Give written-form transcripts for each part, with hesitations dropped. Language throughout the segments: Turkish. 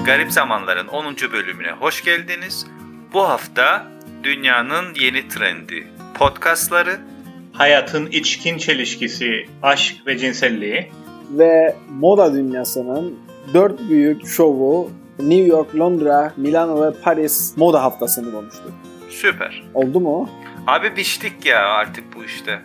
Garip Zamanların 10. bölümüne hoş geldiniz. Bu hafta dünyanın yeni trendi podcastları, hayatın içkin çelişkisi, aşk ve cinselliği ve moda dünyasının 4 büyük şovu New York, Londra, Milano ve Paris moda haftasını konuştuk. Süper. Oldu mu? Abi biçtik ya artık bu işte.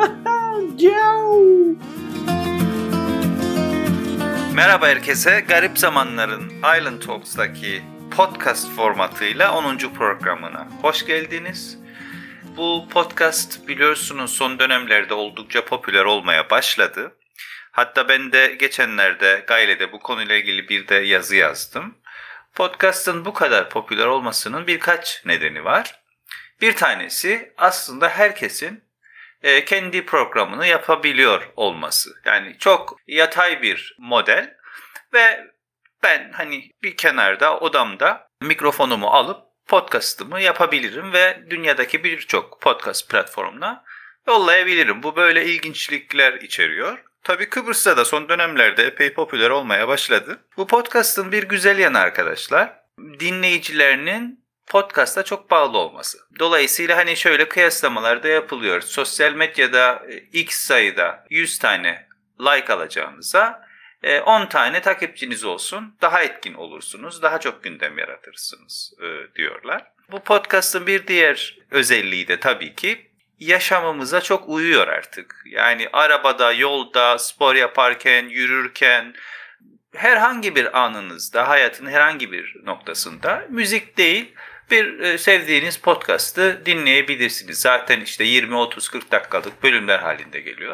Merhaba herkese. Garip Zamanların Island Talks'taki podcast formatıyla 10. programına hoş geldiniz. Bu podcast biliyorsunuz son dönemlerde oldukça popüler olmaya başladı. Hatta ben de geçenlerde Gaile'de bu konuyla ilgili bir de yazı yazdım. Podcast'ın bu kadar popüler olmasının birkaç nedeni var. Bir tanesi aslında herkesin kendi programını yapabiliyor olması. Yani çok yatay bir model ve ben bir kenarda odamda mikrofonumu alıp podcast'ımı yapabilirim ve dünyadaki birçok podcast platformuna yollayabilirim. Bu böyle ilginçlikler içeriyor. Tabii Kıbrıs'ta da son dönemlerde epey popüler olmaya başladı. Bu podcast'ın bir güzel yanı arkadaşlar, dinleyicilerinin podcast'a çok bağlı olması. Dolayısıyla şöyle kıyaslamalar da yapılıyor. Sosyal medyada X sayıda 100 tane like alacağınıza 10 tane takipçiniz olsun, daha etkin olursunuz, daha çok gündem yaratırsınız diyorlar. Bu podcast'ın bir diğer özelliği de tabii ki yaşamımıza çok uyuyor artık. Yani arabada, yolda, spor yaparken, yürürken, herhangi bir anınızda, hayatın herhangi bir noktasında müzik değil, bir sevdiğiniz podcast'ı dinleyebilirsiniz. Zaten 20, 30, 40 dakikalık bölümler halinde geliyor.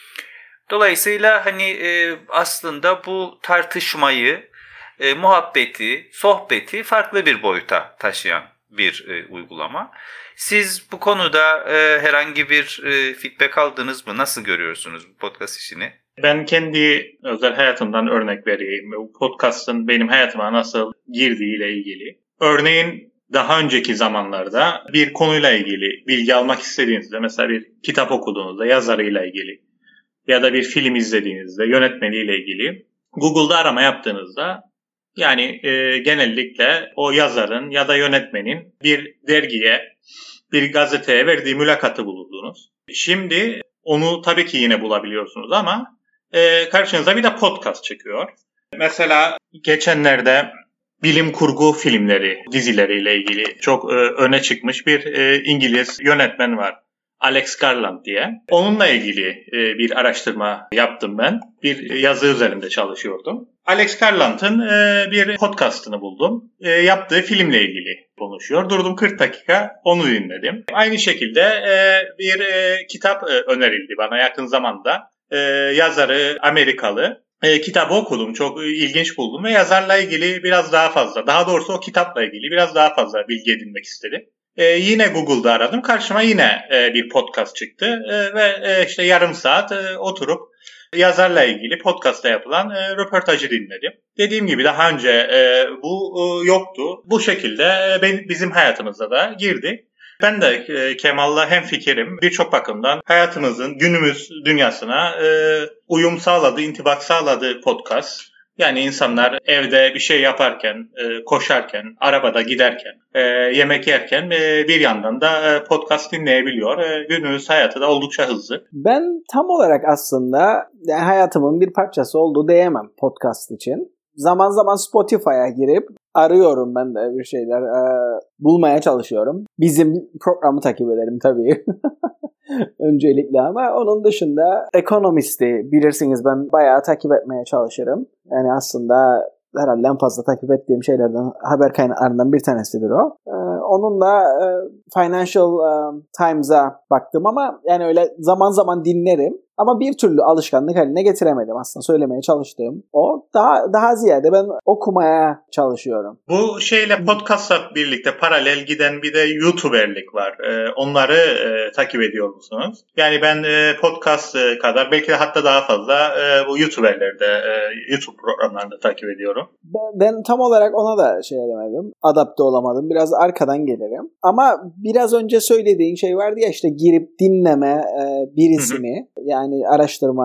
Dolayısıyla aslında bu tartışmayı, muhabbeti, sohbeti farklı bir boyuta taşıyan bir uygulama. Siz bu konuda herhangi bir feedback aldınız mı? Nasıl görüyorsunuz bu podcast işini? Ben kendi özel hayatımdan örnek vereyim. Bu podcast'ın benim hayatıma nasıl girdiğiyle ilgili. Örneğin daha önceki zamanlarda bir konuyla ilgili bilgi almak istediğinizde, mesela bir kitap okuduğunuzda yazarıyla ilgili ya da bir film izlediğinizde yönetmeniyle ilgili Google'da arama yaptığınızda genellikle o yazarın ya da yönetmenin bir dergiye, bir gazeteye verdiği mülakatı buldunuz. Şimdi onu tabii ki yine bulabiliyorsunuz ama karşınıza bir de podcast çıkıyor. Mesela geçenlerde bilim kurgu filmleri, dizileriyle ilgili çok öne çıkmış bir İngiliz yönetmen var. Alex Garland diye. Onunla ilgili bir araştırma yaptım ben. Bir yazı üzerinde çalışıyordum. Alex Garland'ın bir podcast'ını buldum. Yaptığı filmle ilgili konuşuyor. Durdum 40 dakika onu dinledim. Aynı şekilde bir kitap önerildi bana yakın zamanda. Yazarı Amerikalı. Kitabı okudum. Çok ilginç buldum ve yazarla ilgili biraz daha fazla, daha doğrusu o kitapla ilgili biraz daha fazla bilgi edinmek istedim. Yine Google'da aradım. Karşıma yine bir podcast çıktı ve yarım saat oturup yazarla ilgili podcast'ta yapılan röportajı dinledim. Dediğim gibi daha önce bu yoktu. Bu şekilde bizim hayatımıza da girdi. Ben de Kemal'la hemfikirim. Birçok bakımdan hayatımızın günümüz dünyasına uyum sağladı, intibak sağladı podcast. Yani insanlar evde bir şey yaparken, koşarken, arabada giderken, yemek yerken bir yandan da podcast dinleyebiliyor. Günümüz hayatı da oldukça hızlı. Ben tam olarak aslında hayatımın bir parçası olduğu diyemem podcast için. Zaman zaman Spotify'a girip arıyorum, ben de bir şeyler bulmaya çalışıyorum. Bizim programı takip ederim tabii. Öncelikle, ama onun dışında Economist'i bilirsiniz, ben bayağı takip etmeye çalışırım. Yani aslında herhalde en fazla takip ettiğim şeylerden, haber kaynaklarından bir tanesidir o. Onunla Financial Times'a baktım ama öyle zaman zaman dinlerim. Ama bir türlü alışkanlık haline getiremedim aslında, söylemeye çalıştığım o. Daha ziyade ben okumaya çalışıyorum. Bu şeyle podcast'la birlikte paralel giden bir de YouTuber'lik var. Onları takip ediyor musunuz? Yani ben podcast kadar, belki de hatta daha fazla bu YouTuber'leri de YouTube programlarında takip ediyorum. Ben tam olarak ona da edemedim. Adapte olamadım. Biraz arkadan gelirim. Ama biraz önce söylediğin şey vardı ya, girip dinleme birisini, yani araştırma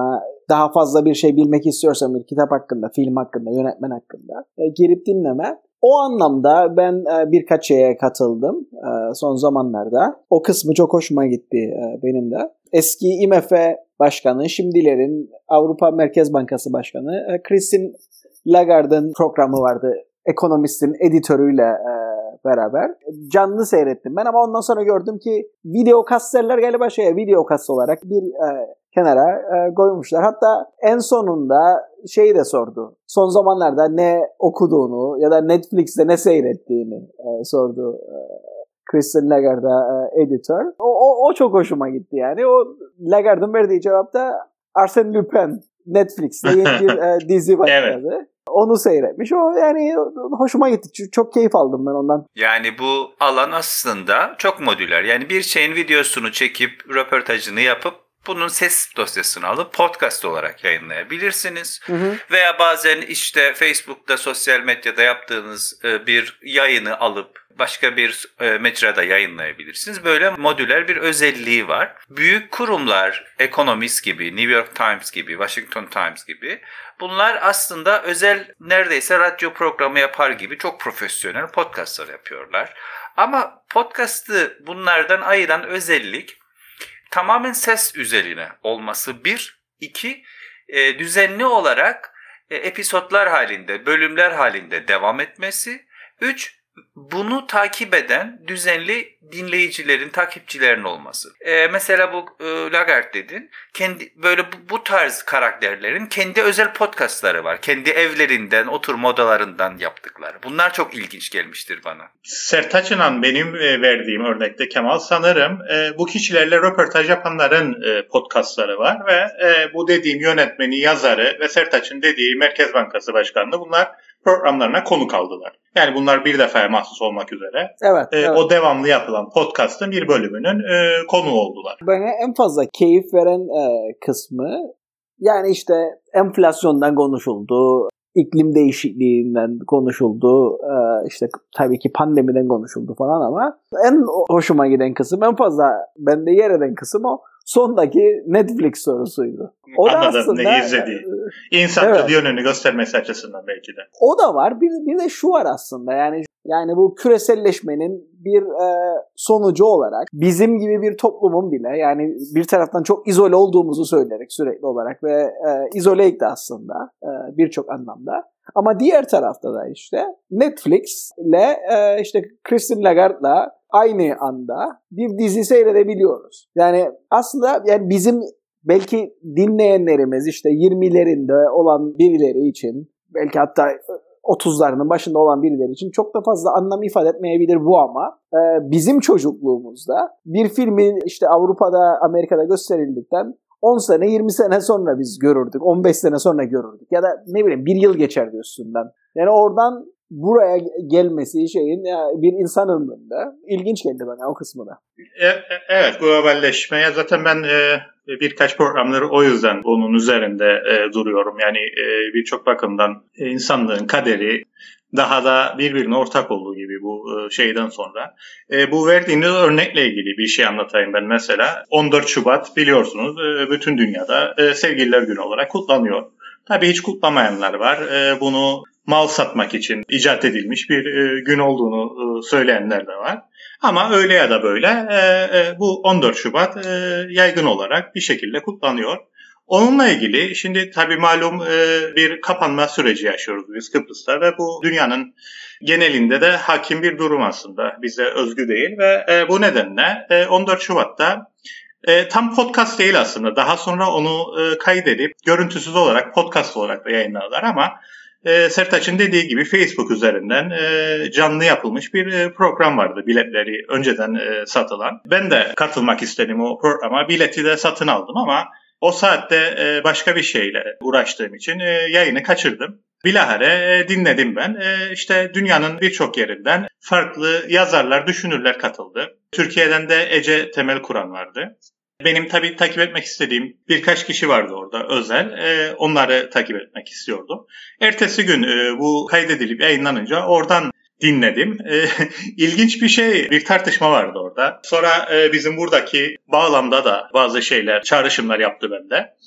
daha fazla bir şey bilmek istiyorsam bir kitap hakkında, film hakkında, yönetmen hakkında girip dinleme. O anlamda ben birkaç şeye katıldım son zamanlarda. O kısmı çok hoşuma gitti benim de. Eski IMF Başkanı, şimdilerin Avrupa Merkez Bankası Başkanı Christine Lagarde'ın programı vardı. Ekonomistin editörüyle beraber. Canlı seyrettim ben ama ondan sonra gördüm ki videokast derler galiba videokast olarak bir kenara koymuşlar. Hatta en sonunda şeyi de sordu. Son zamanlarda ne okuduğunu ya da Netflix'te ne seyrettiğini sordu Christine Lagarde editör. O çok hoşuma gitti yani. O Lagarde'ın verdiği cevapta Arsène Lupin Netflix'te yeni bir dizi başladı. Evet. Onu seyretmiş. O yani hoşuma gitti. Çok keyif aldım ben ondan. Yani bu alan aslında çok modüler. Yani bir şeyin videosunu çekip röportajını yapıp bunun ses dosyasını alıp podcast olarak yayınlayabilirsiniz. Veya bazen işte Facebook'ta, sosyal medyada yaptığınız bir yayını alıp başka bir mecrada yayınlayabilirsiniz. Böyle modüler bir özelliği var. Büyük kurumlar, Economist gibi, New York Times gibi, Washington Times gibi bunlar aslında özel neredeyse radyo programı yapar gibi çok profesyonel podcastlar yapıyorlar. Ama podcast'ı bunlardan ayıran özellik tamamen ses üzerine olması bir. İki, düzenli olarak episodlar halinde, bölümler halinde devam etmesi. Üç, bunu takip eden düzenli dinleyicilerin, takipçilerin olması. Mesela bu Lagarde dedin. Böyle bu tarz karakterlerin kendi özel podcastları var. Kendi evlerinden, oturma odalarından yaptıkları. Bunlar çok ilginç gelmiştir bana. Sertaç'ın benim verdiğim örnekte Kemal sanırım bu kişilerle röportaj yapanların podcastları var ve bu dediğim yönetmeni, yazarı ve Sertaç'ın dediği Merkez Bankası Başkanlığı bunlar programlarına konuk aldılar. Yani bunlar bir defaya mahsus olmak üzere. Evet. O devamlı yapılan podcast'ın bir bölümünün konuğu oldular. Bana en fazla keyif veren kısmı yani işte enflasyondan konuşuldu, iklim değişikliğinden konuşuldu, işte tabii ki pandemiden konuşuldu falan ama en hoşuma giden kısım, en fazla bende yer eden kısım o sondaki Netflix sorusuydu. O da anladım aslında ne izlediği. İnsancıl yönünü göstermesi açısından belki de. O da var. Bir de şu var aslında yani bu küreselleşmenin bir sonucu olarak bizim gibi bir toplumun bile yani bir taraftan çok izole olduğumuzu söyleyerek sürekli olarak ve izoleyik de aslında birçok anlamda. Ama diğer tarafta da işte Netflix'le işte Christine Lagarde'la aynı anda bir dizi seyredebiliyoruz. Yani aslında yani bizim belki dinleyenlerimiz işte 20'lerinde olan birileri için belki hatta 30'larının başında olan birileri için çok da fazla anlam ifade etmeyebilir bu ama bizim çocukluğumuzda bir filmi işte Avrupa'da, Amerika'da gösterildikten 10 sene, 20 sene sonra biz görürdük. 15 sene sonra görürdük. Ya da ne bileyim bir yıl geçerdi üstünden. Yani oradan buraya gelmesi şeyin bir insan ömründe ilginç geldi bana o kısmı da. Evet, globalleşmeye zaten ben birkaç programları o yüzden onun üzerinde duruyorum. Yani birçok bakımdan insanlığın kaderi daha da birbirine ortak olduğu gibi bu şeyden sonra. Bu verdiğiniz örnekle ilgili bir şey anlatayım ben mesela. 14 Şubat biliyorsunuz bütün dünyada Sevgililer Günü olarak kutlanıyor. Tabii hiç kutlamayanlar var. Bunu mal satmak için icat edilmiş bir gün olduğunu söyleyenler de var. Ama öyle ya da böyle bu 14 Şubat yaygın olarak bir şekilde kutlanıyor. Onunla ilgili şimdi tabii malum bir kapanma süreci yaşıyoruz biz Kıbrıs'ta ve bu dünyanın genelinde de hakim bir durum aslında. Bize özgü değil ve bu nedenle 14 Şubat'ta tam podcast değil aslında. Daha sonra onu kaydedip görüntüsüz olarak podcast olarak da yayınladılar ama Sertaç'ın dediği gibi Facebook üzerinden canlı yapılmış bir program vardı. Biletleri önceden satılan. Ben de katılmak istedim o programa. Bileti de satın aldım ama o saatte başka bir şeyle uğraştığım için yayını kaçırdım. Bilahare dinledim ben. İşte dünyanın birçok yerinden farklı yazarlar, düşünürler katıldı. Türkiye'den de Ece Temelkuran vardı. Benim tabii takip etmek istediğim birkaç kişi vardı orada özel. Onları takip etmek istiyordum. Ertesi gün bu kaydedilip yayınlanınca oradan dinledim. İlginç bir şey, bir tartışma vardı orada. Sonra bizim buradaki bağlamda da bazı şeyler, çağrışımlar yaptı bende.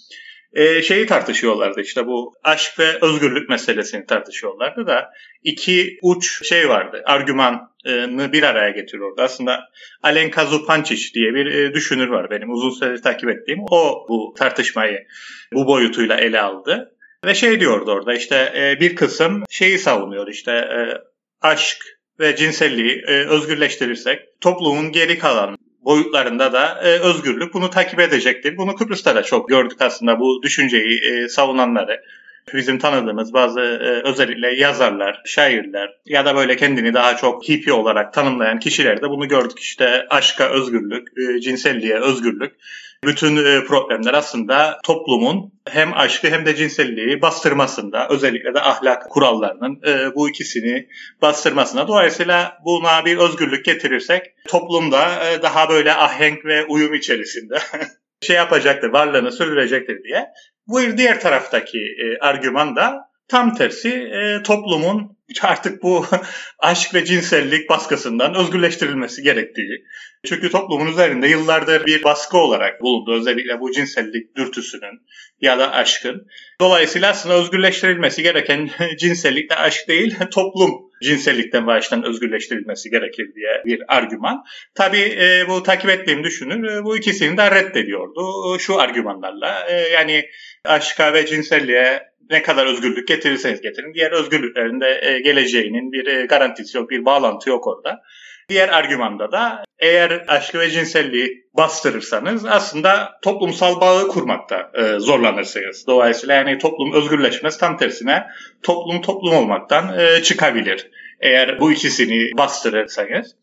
Şeyi tartışıyorlardı, işte bu aşk ve özgürlük meselesini tartışıyorlardı da iki uç şey vardı. Argümanı bir araya getiriyordu. Aslında Alenka Zupancic diye bir düşünür var benim uzun süredir takip ettiğim. O bu tartışmayı bu boyutuyla ele aldı. Ve şey diyordu orada, işte bir kısım şeyi savunuyor, işte aşk ve cinselliği özgürleştirirsek toplumun geri kalan boyutlarında da özgürlük bunu takip edecektir. Bunu Kıbrıs'ta da çok gördük aslında, bu düşünceyi savunanları. Bizim tanıdığımız bazı özellikle yazarlar, şairler ya da böyle kendini daha çok hippie olarak tanımlayan kişilerde bunu gördük. İşte aşka özgürlük, cinselliğe özgürlük. Bütün problemler aslında toplumun hem aşkı hem de cinselliği bastırmasında, özellikle de ahlak kurallarının bu ikisini bastırmasında. Dolayısıyla buna bir özgürlük getirirsek toplumda daha böyle ahenk ve uyum içerisinde şey yapacaktır, varlığını sürdürecektir diye. Bu diğer taraftaki argüman da tam tersi, toplumun artık bu aşk ve cinsellik baskısından özgürleştirilmesi gerektiği. Çünkü toplumun üzerinde yıllardır bir baskı olarak bulundu, özellikle bu cinsellik dürtüsünün ya da aşkın. Dolayısıyla aslında özgürleştirilmesi gereken cinsellik de aşk değil, toplum cinsellikten ve aşktan özgürleştirilmesi gerekir diye bir argüman. Tabii bu takip ettiğim düşünür bu ikisini de reddediyordu şu argümanlarla. Yani aşka ve cinselliğe ne kadar özgürlük getirirseniz getirin, diğer özgürlüklerin de geleceğinin bir garantisi yok, bir bağlantı yok orada. Diğer argümanda da eğer aşkı ve cinselliği bastırırsanız aslında toplumsal bağı kurmakta zorlanırsınız. Dolayısıyla yani toplum özgürleşmez, tam tersine toplum olmaktan çıkabilir eğer bu ikisini bastırırsanız.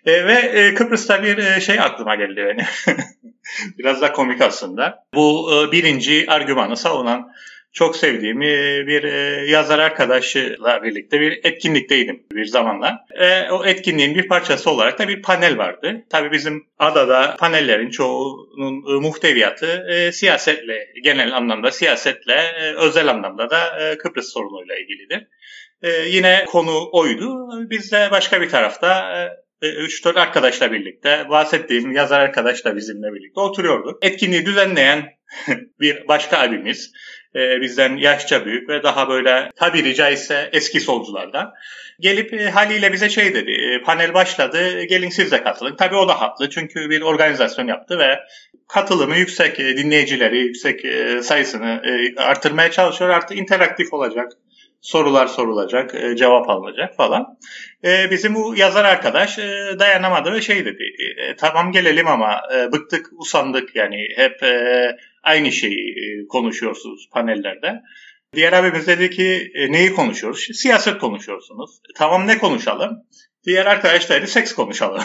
Ve Kıbrıs'ta bir şey aklıma geldi benim. Biraz da komik aslında. Bu birinci argümanı savunan çok sevdiğim bir yazar arkadaşla birlikte bir etkinlikteydim bir zamanla. O etkinliğin bir parçası olarak da bir panel vardı. Tabii bizim adada panellerin çoğunun muhteviyatı siyasetle, genel anlamda siyasetle, özel anlamda da Kıbrıs sorunuyla ilgilidir. Yine konu oydu. Biz de başka bir tarafta 3-4 arkadaşla birlikte, bahsettiğim yazar arkadaşla bizimle birlikte oturuyorduk. Etkinliği düzenleyen bir başka abimiz, bizden yaşça büyük ve daha böyle tabiri caizse eski solculardan, gelip haliyle bize şey dedi, panel başladı, gelin siz de katılın. Tabii o da haklı, çünkü bir organizasyon yaptı ve katılımı yüksek, dinleyicileri yüksek sayısını artırmaya çalışıyor. Artık interaktif olacak, sorular sorulacak, cevap alınacak falan. Bizim bu yazar arkadaş dayanamadı ve şey dedi, tamam gelelim ama bıktık, usandık, yani hep aynı şeyi konuşuyorsunuz panellerde. Diğer abimiz dedi ki neyi konuşuyoruz? Siyaset konuşuyorsunuz. Tamam, ne konuşalım? Diğer arkadaş dedi seks konuşalım.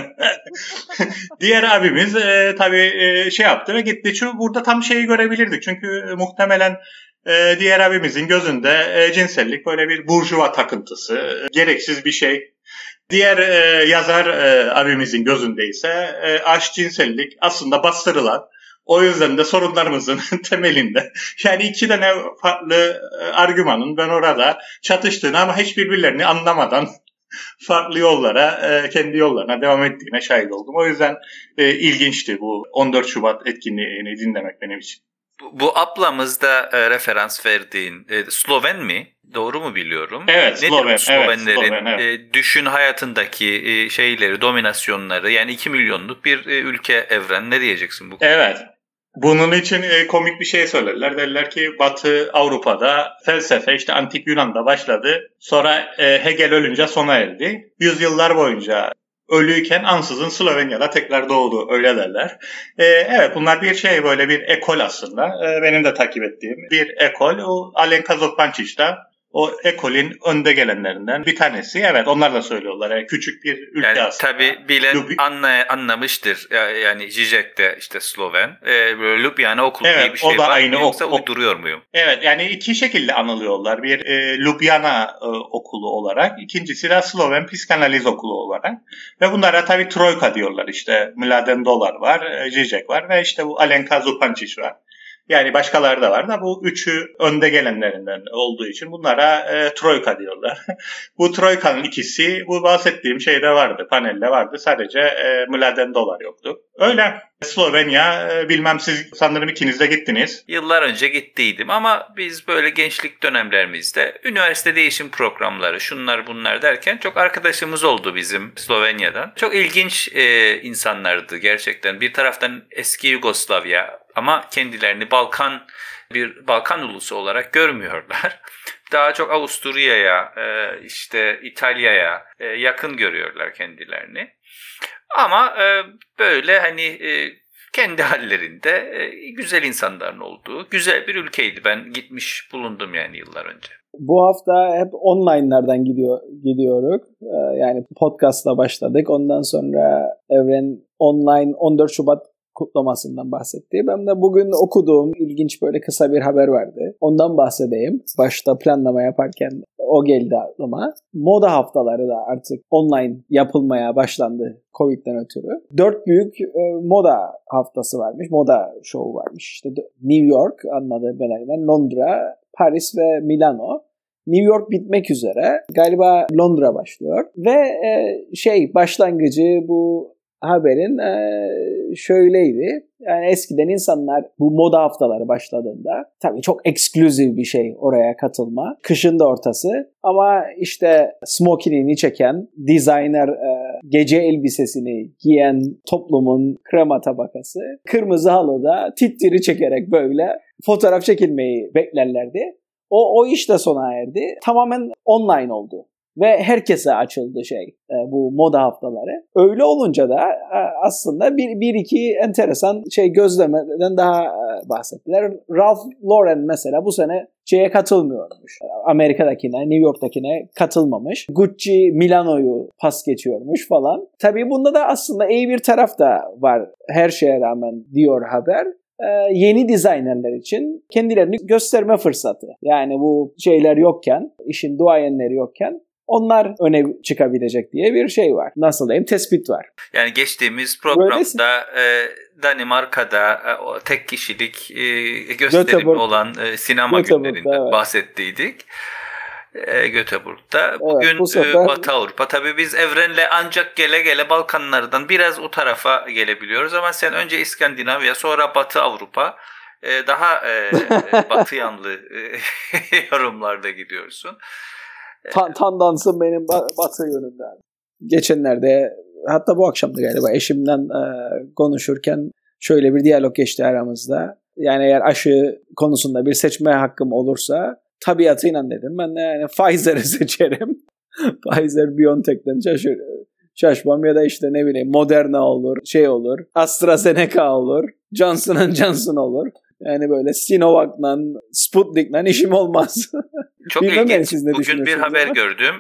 Diğer abimiz tabii şey yaptı ve gitti. Çünkü burada tam şeyi görebilirdik. Çünkü muhtemelen diğer abimizin gözünde cinsellik böyle bir burjuva takıntısı, gereksiz bir şey. Diğer yazar abimizin gözünde ise aşk, cinsellik aslında bastırılan, o yüzden de sorunlarımızın temelinde. Yani iki tane farklı argümanın ben orada çatıştığını ama hiç birbirlerini anlamadan farklı yollara, kendi yollarına devam ettiğine şahit oldum. O yüzden ilginçti bu 14 Şubat etkinliğini dinlemek benim için. Bu ablamızda referans verdiğin Sloven mi? Doğru mu biliyorum? Evet, Sloven. Slovenlerin evet. düşün hayatındaki şeyleri, dominasyonları, yani 2 milyonluk bir ülke, evren. Ne diyeceksin bu? Evet. Bunun için komik bir şey söylerler. Derler ki Batı Avrupa'da felsefe işte Antik Yunan'da başladı. Sonra Hegel ölünce sona erdi. Yüzyıllar boyunca ölüyken ansızın Slovenya'da tekrar doğdu, öyle derler. Evet, bunlar bir şey, böyle bir ekol aslında. Benim de takip ettiğim bir ekol. O Alenka Zupancic'ta o ekolün önde gelenlerinden bir tanesi. Evet, onlar da söylüyorlar. Yani küçük bir ülke yani aslında. Tabii bilen anlamıştır. Yani Zizek de işte Sloven. Ljubljana okulu evet, diye bir şey o da var aynı mı? Yoksa uyduruyor muyum? Evet, yani iki şekilde anılıyorlar. Bir Ljubljana okulu olarak. İkincisi de Sloven Psikanaliz okulu olarak. Ve bunlara tabii Troika diyorlar. İşte Mladen Dolar var, Zizek var ve işte bu Alenka Zupancic var. Yani başkaları da var da bu üçü önde gelenlerinden olduğu için bunlara Troika diyorlar. Bu Troika'nın ikisi bu bahsettiğim şeyde vardı, panelde vardı. Sadece Mladen Dolar yoktu. Öyle. Slovenya, bilmem siz sanırım ikiniz de gittiniz. Yıllar önce gittiydim ama biz böyle gençlik dönemlerimizde üniversite değişim programları şunlar bunlar derken çok arkadaşımız oldu bizim Slovenya'dan. Çok ilginç insanlardı gerçekten. Bir taraftan eski Yugoslavya ama kendilerini Balkan ulusu olarak görmüyorlar. Daha çok Avusturya'ya, işte İtalya'ya yakın görüyorlar kendilerini. Ama böyle hani kendi hallerinde güzel insanların olduğu güzel bir ülkeydi. Ben gitmiş bulundum yani yıllar önce. Bu hafta hep online'lardan gidiyoruz. Yani podcast'la başladık. Ondan sonra Evren online 14 Şubat kutlamasından bahsetti. Ben de bugün okuduğum ilginç böyle kısa bir haber vardı. Ondan bahsedeyim. Başta planlama yaparken o geldi aklıma. Moda haftaları da artık online yapılmaya başlandı Covid'den ötürü. 4 büyük moda haftası varmış. Moda şovu varmış. İşte New York anladığı benim, Londra, Paris ve Milano. New York bitmek üzere. Galiba Londra başlıyor. Ve başlangıcı bu haberin şöyleydi. Yani eskiden insanlar bu moda haftaları başladığında tabii çok eksklusif bir şey oraya katılma. Kışın da ortası ama işte smokinini çeken, designer gece elbisesini giyen toplumun krema tabakası kırmızı halıda titri çekerek böyle fotoğraf çekilmeyi beklerlerdi. O iş de sona erdi. Tamamen online oldu. Ve herkese açıldı bu moda haftaları. Öyle olunca da aslında bir iki enteresan gözlemeden daha bahsettiler. Ralph Lauren mesela bu sene katılmıyormuş. Amerika'dakine, New York'takine katılmamış. Gucci Milano'yu pas geçiyormuş falan. Tabii bunda da aslında iyi bir taraf da var her şeye rağmen diyor haber. Yeni designerler için kendilerini gösterme fırsatı. Yani bu şeyler yokken, işin duayenleri yokken onlar öne çıkabilecek diye bir şey var. Nasıl diyeyim? Tespit var. Yani geçtiğimiz programda Danimarka'da tek kişilik gösterimi olan sinema günlerinden bahsettiydik. Göteborg'da. Bugün Batı Avrupa. Tabii biz Evren'le ancak gele Balkanlardan biraz o tarafa gelebiliyoruz ama sen önce İskandinavya sonra Batı Avrupa daha batı yanlı yorumlarda gidiyorsun. Tandansım benim batı yönünden. Geçenlerde hatta bu akşam da galiba eşimden konuşurken şöyle bir diyalog geçti aramızda. Yani eğer aşı konusunda bir seçme hakkım olursa tabiatıyla dedim. Ben de yani Pfizer'i seçerim. Pfizer-BioNTech'ten şaşmam ya da işte ne bileyim Moderna olur, olur. AstraZeneca olur. Johnson olur. Yani böyle Sinovac'la, Sputnik'le işim olmaz. Çok ilginç. Bugün bir haber gördüm.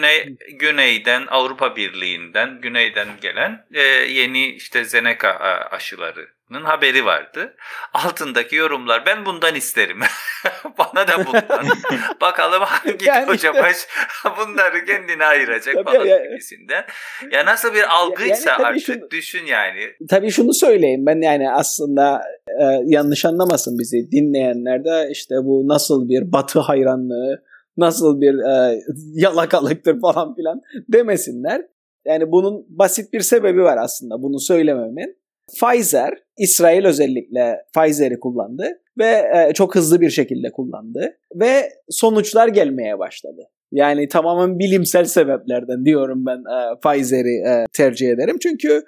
Güneyden, Avrupa Birliği'nden, güneyden gelen yeni işte Zeneca aşılarının haberi vardı. Altındaki yorumlar, ben bundan isterim. Bana da bundan. Bakalım hangi yani hocabaş bunları kendine ayıracak falan gibisinden. Ya nasıl bir algıysa yani artık düşün yani. Tabii şunu söyleyeyim ben yani aslında yanlış anlamasın bizi dinleyenler de işte bu nasıl bir batı hayranlığı, nasıl bir yalakalıktır falan filan demesinler. Yani bunun basit bir sebebi var aslında bunu söylememin. Pfizer, İsrail özellikle Pfizer'i kullandı ve çok hızlı bir şekilde kullandı ve sonuçlar gelmeye başladı. Yani tamamen bilimsel sebeplerden diyorum ben Pfizer'i tercih ederim. Çünkü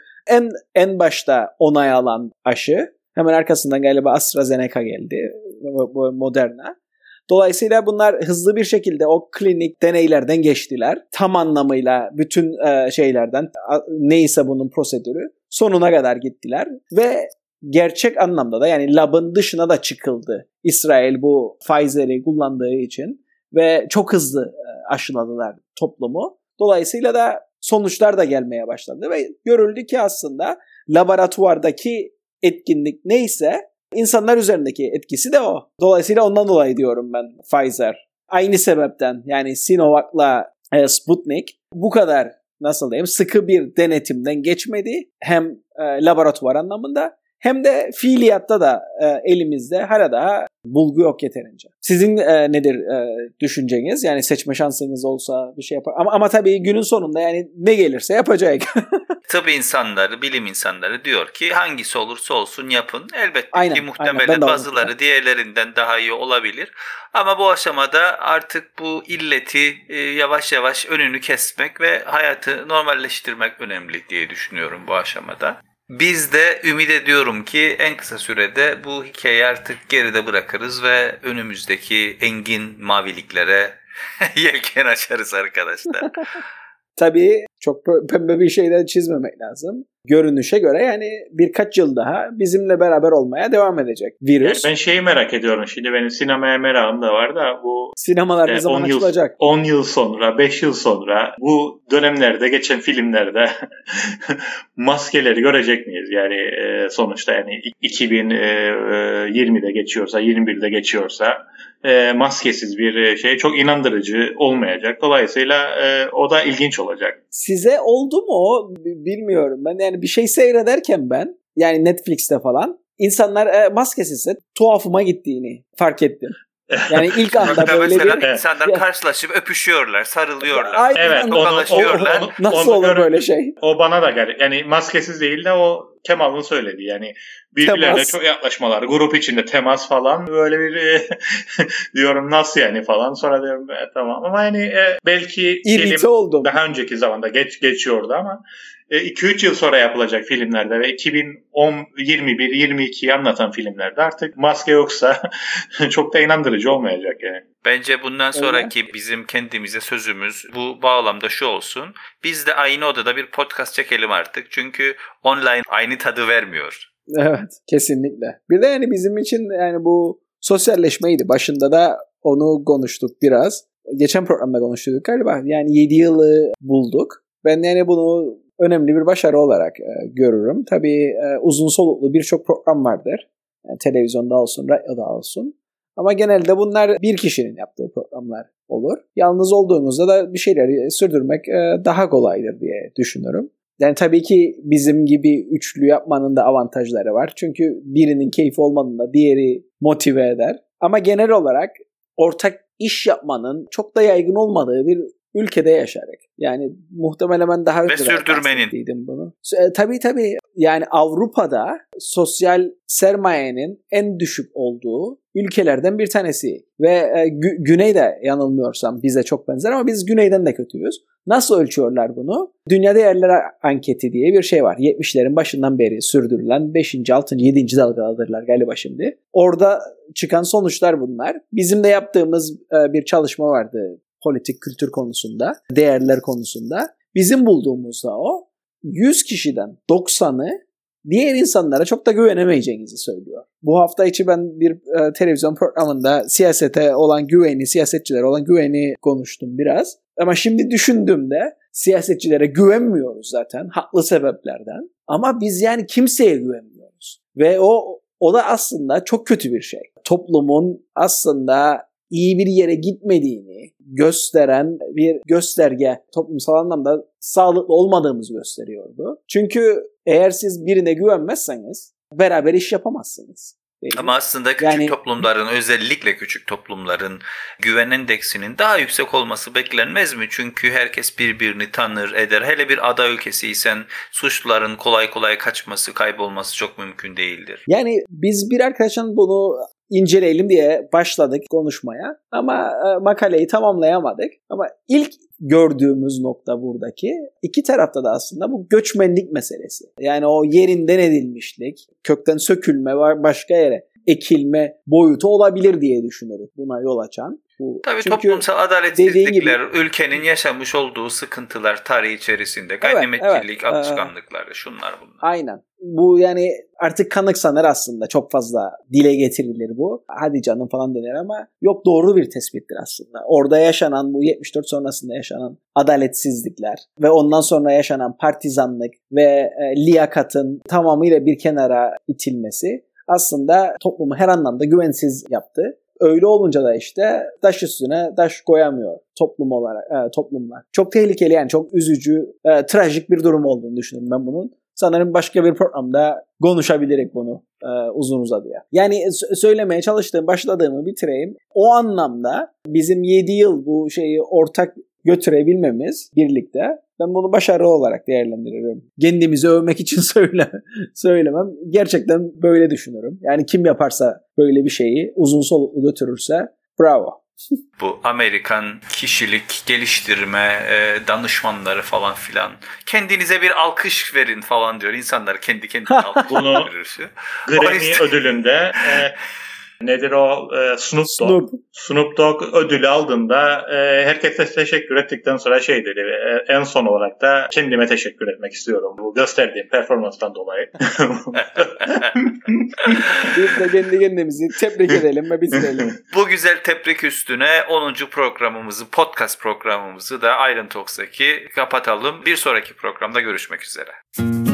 en başta onay alan aşı, hemen arkasından galiba AstraZeneca geldi, Moderna. Dolayısıyla bunlar hızlı bir şekilde o klinik deneylerden geçtiler. Tam anlamıyla bütün şeylerden neyse bunun prosedürü sonuna kadar gittiler. Ve gerçek anlamda da yani labın dışına da çıkıldı. İsrail bu Pfizer'i kullandığı için ve çok hızlı aşıladılar toplumu. Dolayısıyla da sonuçlar da gelmeye başladı ve görüldü ki aslında laboratuvardaki etkinlik neyse İnsanlar üzerindeki etkisi de o. Dolayısıyla ondan dolayı diyorum ben Pfizer. Aynı sebepten yani Sinovac'la Sputnik bu kadar nasıl diyeyim sıkı bir denetimden geçmedi. Hem laboratuvar anlamında hem de fiiliyatta da elimizde hala daha bulgu yok yeterince. Sizin nedir düşünceniz? Yani seçme şansınız olsa bir şey yapar. Ama tabii günün sonunda yani ne gelirse yapacak. Tıp insanları, bilim insanları diyor ki hangisi olursa olsun yapın. Elbette aynen, ki muhtemelen bazıları diğerlerinden daha iyi olabilir. Ama bu aşamada artık bu illeti yavaş yavaş önünü kesmek ve hayatı normalleştirmek önemli diye düşünüyorum bu aşamada. Biz de ümit ediyorum ki en kısa sürede bu hikayeyi artık geride bırakırız ve önümüzdeki engin maviliklere yelken açarız arkadaşlar. Tabii çok pembe bir şeyden çizmemek lazım. Görünüşe göre yani birkaç yıl daha bizimle beraber olmaya devam edecek virüs. Yani ben şeyi merak ediyorum şimdi, benim sinemaya merakım da var da bu sinemalar ne zaman açılacak? 10 yıl sonra, 5 yıl sonra bu dönemlerde geçen filmlerde maskeleri görecek miyiz? Yani sonuçta yani 2020'de geçiyorsa, 21'de geçiyorsa maskesiz bir şey çok inandırıcı olmayacak. Dolayısıyla o da ilginç olacak. Size oldu mu o? Bilmiyorum. Ben yani bir şey seyrederken ben yani Netflix'te falan insanlar maskesizse tuhafıma gittiğini fark ettim. Yani ilk anda böyle bir insanlar karşılaşıp öpüşüyorlar, sarılıyorlar. Aynen. Evet, nasıl olur böyle şey? O bana da geldi. Yani maskesiz değil de o Kemal'ın söylediği. Yani birbirlerine çok yaklaşmalar, grup içinde temas falan, böyle bir diyorum nasıl yani falan. Sonra diyorum tamam ama yani belki İrite oldum. Daha önceki zamanda geçiyordu ama 2-3 yıl sonra yapılacak filmlerde ve 2021-22'yi anlatan filmlerde artık maske yoksa çok da inandırıcı olmayacak yani. Bence bundan sonraki bizim kendimize sözümüz bu bağlamda şu olsun. Biz de aynı odada bir podcast çekelim artık. Çünkü online aynı tadı vermiyor. Evet, kesinlikle. Bir de yani bizim için yani bu sosyalleşmeydi. Başında da onu konuştuk biraz. Geçen programda konuştuk galiba. Yani 7 yılı bulduk. Ben yani bunu önemli bir başarı olarak görürüm. Tabii uzun soluklu birçok program vardır. Yani televizyonda olsun, radyoda olsun. Ama genelde bunlar bir kişinin yaptığı programlar olur. Yalnız olduğunuzda da bir şeyleri sürdürmek daha kolaydır diye düşünüyorum. Yani tabii ki bizim gibi üçlü yapmanın da avantajları var. Çünkü birinin keyfi olmadığında diğeri motive eder. Ama genel olarak ortak iş yapmanın çok da yaygın olmadığı bir ülkede yaşarak. Yani muhtemelen ben daha önce bahsettiydim bunu. Tabii. Yani Avrupa'da sosyal sermayenin en düşük olduğu ülkelerden bir tanesi. Ve Güney'de yanılmıyorsam bize çok benzer ama biz Güney'den de kötüyüz. Nasıl ölçüyorlar bunu? Dünya Değerleri Anketi diye bir şey var. 70'lerin başından beri sürdürülen 5. 6. 7. dalgadadırlar galiba şimdi. Orada çıkan sonuçlar bunlar. Bizim de yaptığımız bir çalışma vardı. Politik kültür konusunda, değerler konusunda. Bizim bulduğumuzda o 100 kişiden 90'ı diğer insanlara çok da güvenemeyeceğinizi söylüyor. Bu hafta içi ben bir televizyon programında siyasete olan güveni, siyasetçilere olan güveni konuştum biraz. Ama şimdi düşündüğümde siyasetçilere güvenmiyoruz zaten haklı sebeplerden. Ama biz yani kimseye güvenmiyoruz. Ve o da aslında çok kötü bir şey. Toplumun aslında iyi bir yere gitmediğini gösteren bir gösterge, toplumsal anlamda sağlıklı olmadığımızı gösteriyordu. Çünkü eğer siz birine güvenmezseniz beraber iş yapamazsınız. Ama aslında küçük toplumların, özellikle küçük toplumların güven endeksinin daha yüksek olması beklenmez mi? Çünkü herkes birbirini tanır, eder. Hele bir ada ülkesiysen suçluların kolay kolay kaçması, kaybolması çok mümkün değildir. Yani biz bir arkadaşın bunu inceleyelim diye başladık konuşmaya ama makaleyi tamamlayamadık. Ama ilk gördüğümüz nokta buradaki iki tarafta da aslında bu göçmenlik meselesi. Yani o yerinden edilmişlik, kökten sökülme, başka yere ekilme boyutu olabilir diye düşünürüm buna yol açan. Tabii toplumsal adaletsizlikler, ülkenin yaşamış olduğu sıkıntılar tarihi içerisinde, gayrimenkillik, alışkanlıkları, şunlar bunlar. Aynen. Bu yani artık kanıksanır aslında, çok fazla dile getirilir bu. Hadi canım falan denir ama yok, doğru bir tespittir aslında. Orada yaşanan, bu 74 sonrasında yaşanan adaletsizlikler ve ondan sonra yaşanan partizanlık ve liyakatın tamamıyla bir kenara itilmesi aslında toplumu her anlamda güvensiz yaptı. Öyle olunca da işte taş üstüne taş koyamıyor toplumlar. Çok tehlikeli, yani çok üzücü, trajik bir durum olduğunu düşünüyorum ben bunun. Sanırım başka bir programda konuşabiliriz bunu uzun uzadıya. Yani söylemeye çalıştığım, başladığımı bitireyim. O anlamda bizim 7 yıl bu şeyi ortak götürebilmemiz birlikte, ben bunu başarı olarak değerlendiririm. Kendimizi övmek için söylemem. Gerçekten böyle düşünürüm. Yani kim yaparsa böyle bir şeyi uzun soluklu götürürse bravo. Bu Amerikan kişilik geliştirme danışmanları falan filan. Kendinize bir alkış verin falan diyor. İnsanlar kendi kendine alkış bunu verir. Grammy ödülünde nedir o Snoop Dogg ödülü aldığında herkese teşekkür ettikten sonra şey dedi, en son olarak da kendime teşekkür etmek istiyorum bu gösterdiğim performanstan dolayı. Biz de kendi kendimizi tebrik edelim ve bitirelim. Bu güzel tebrik üstüne 10. programımızı, podcast programımızı da Island Talks'taki kapatalım. Bir sonraki programda görüşmek üzere.